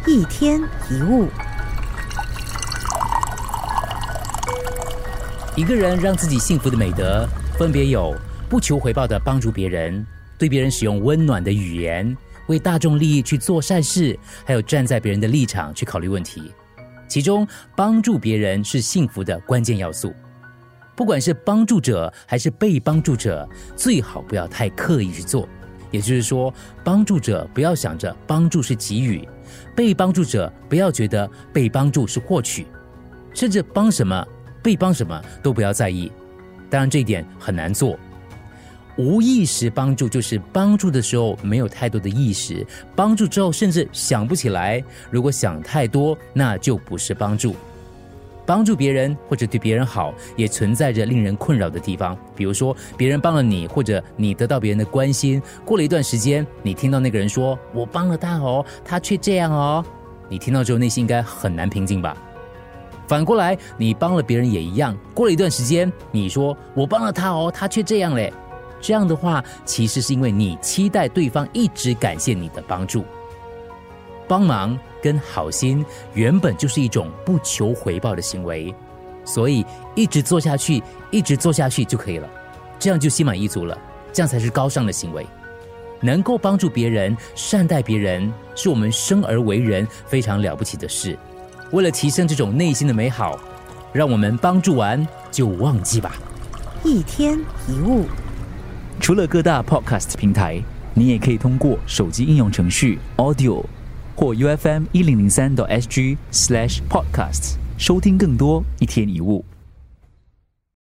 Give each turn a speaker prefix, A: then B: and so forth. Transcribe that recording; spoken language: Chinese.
A: 一天一物。
B: 一个人让自己幸福的美德，分别有不求回报的帮助别人，对别人使用温暖的语言，为大众利益去做善事，还有站在别人的立场去考虑问题。其中，帮助别人是幸福的关键要素。不管是帮助者还是被帮助者，最好不要太刻意去做。也就是说，帮助者不要想着帮助是给予，被帮助者不要觉得被帮助是获取，甚至帮什么、被帮什么都不要在意。当然，这一点很难做。无意识帮助就是帮助的时候没有太多的意识，帮助之后甚至想不起来。如果想太多，那就不是帮助。帮助别人或者对别人好，也存在着令人困扰的地方。比如说，别人帮了你，或者你得到别人的关心，过了一段时间，你听到那个人说我帮了他哦，他却这样哦，你听到之后内心应该很难平静吧。反过来，你帮了别人也一样，过了一段时间，你说我帮了他哦，他却这样嘞。这样的话，其实是因为你期待对方一直感谢你的帮助。帮忙跟好心原本就是一种不求回报的行为，所以一直做下去，一直做下去就可以了，这样就心满意足了，这样才是高尚的行为。能够帮助别人、善待别人，是我们生而为人非常了不起的事。为了提升这种内心的美好，让我们帮助完就忘记吧。
A: 一天一物。
C: 除了各大 podcast 平台，你也可以通过手机应用程序 Audio 或 UFM1003.SG/podcasts 收听更多一天一物。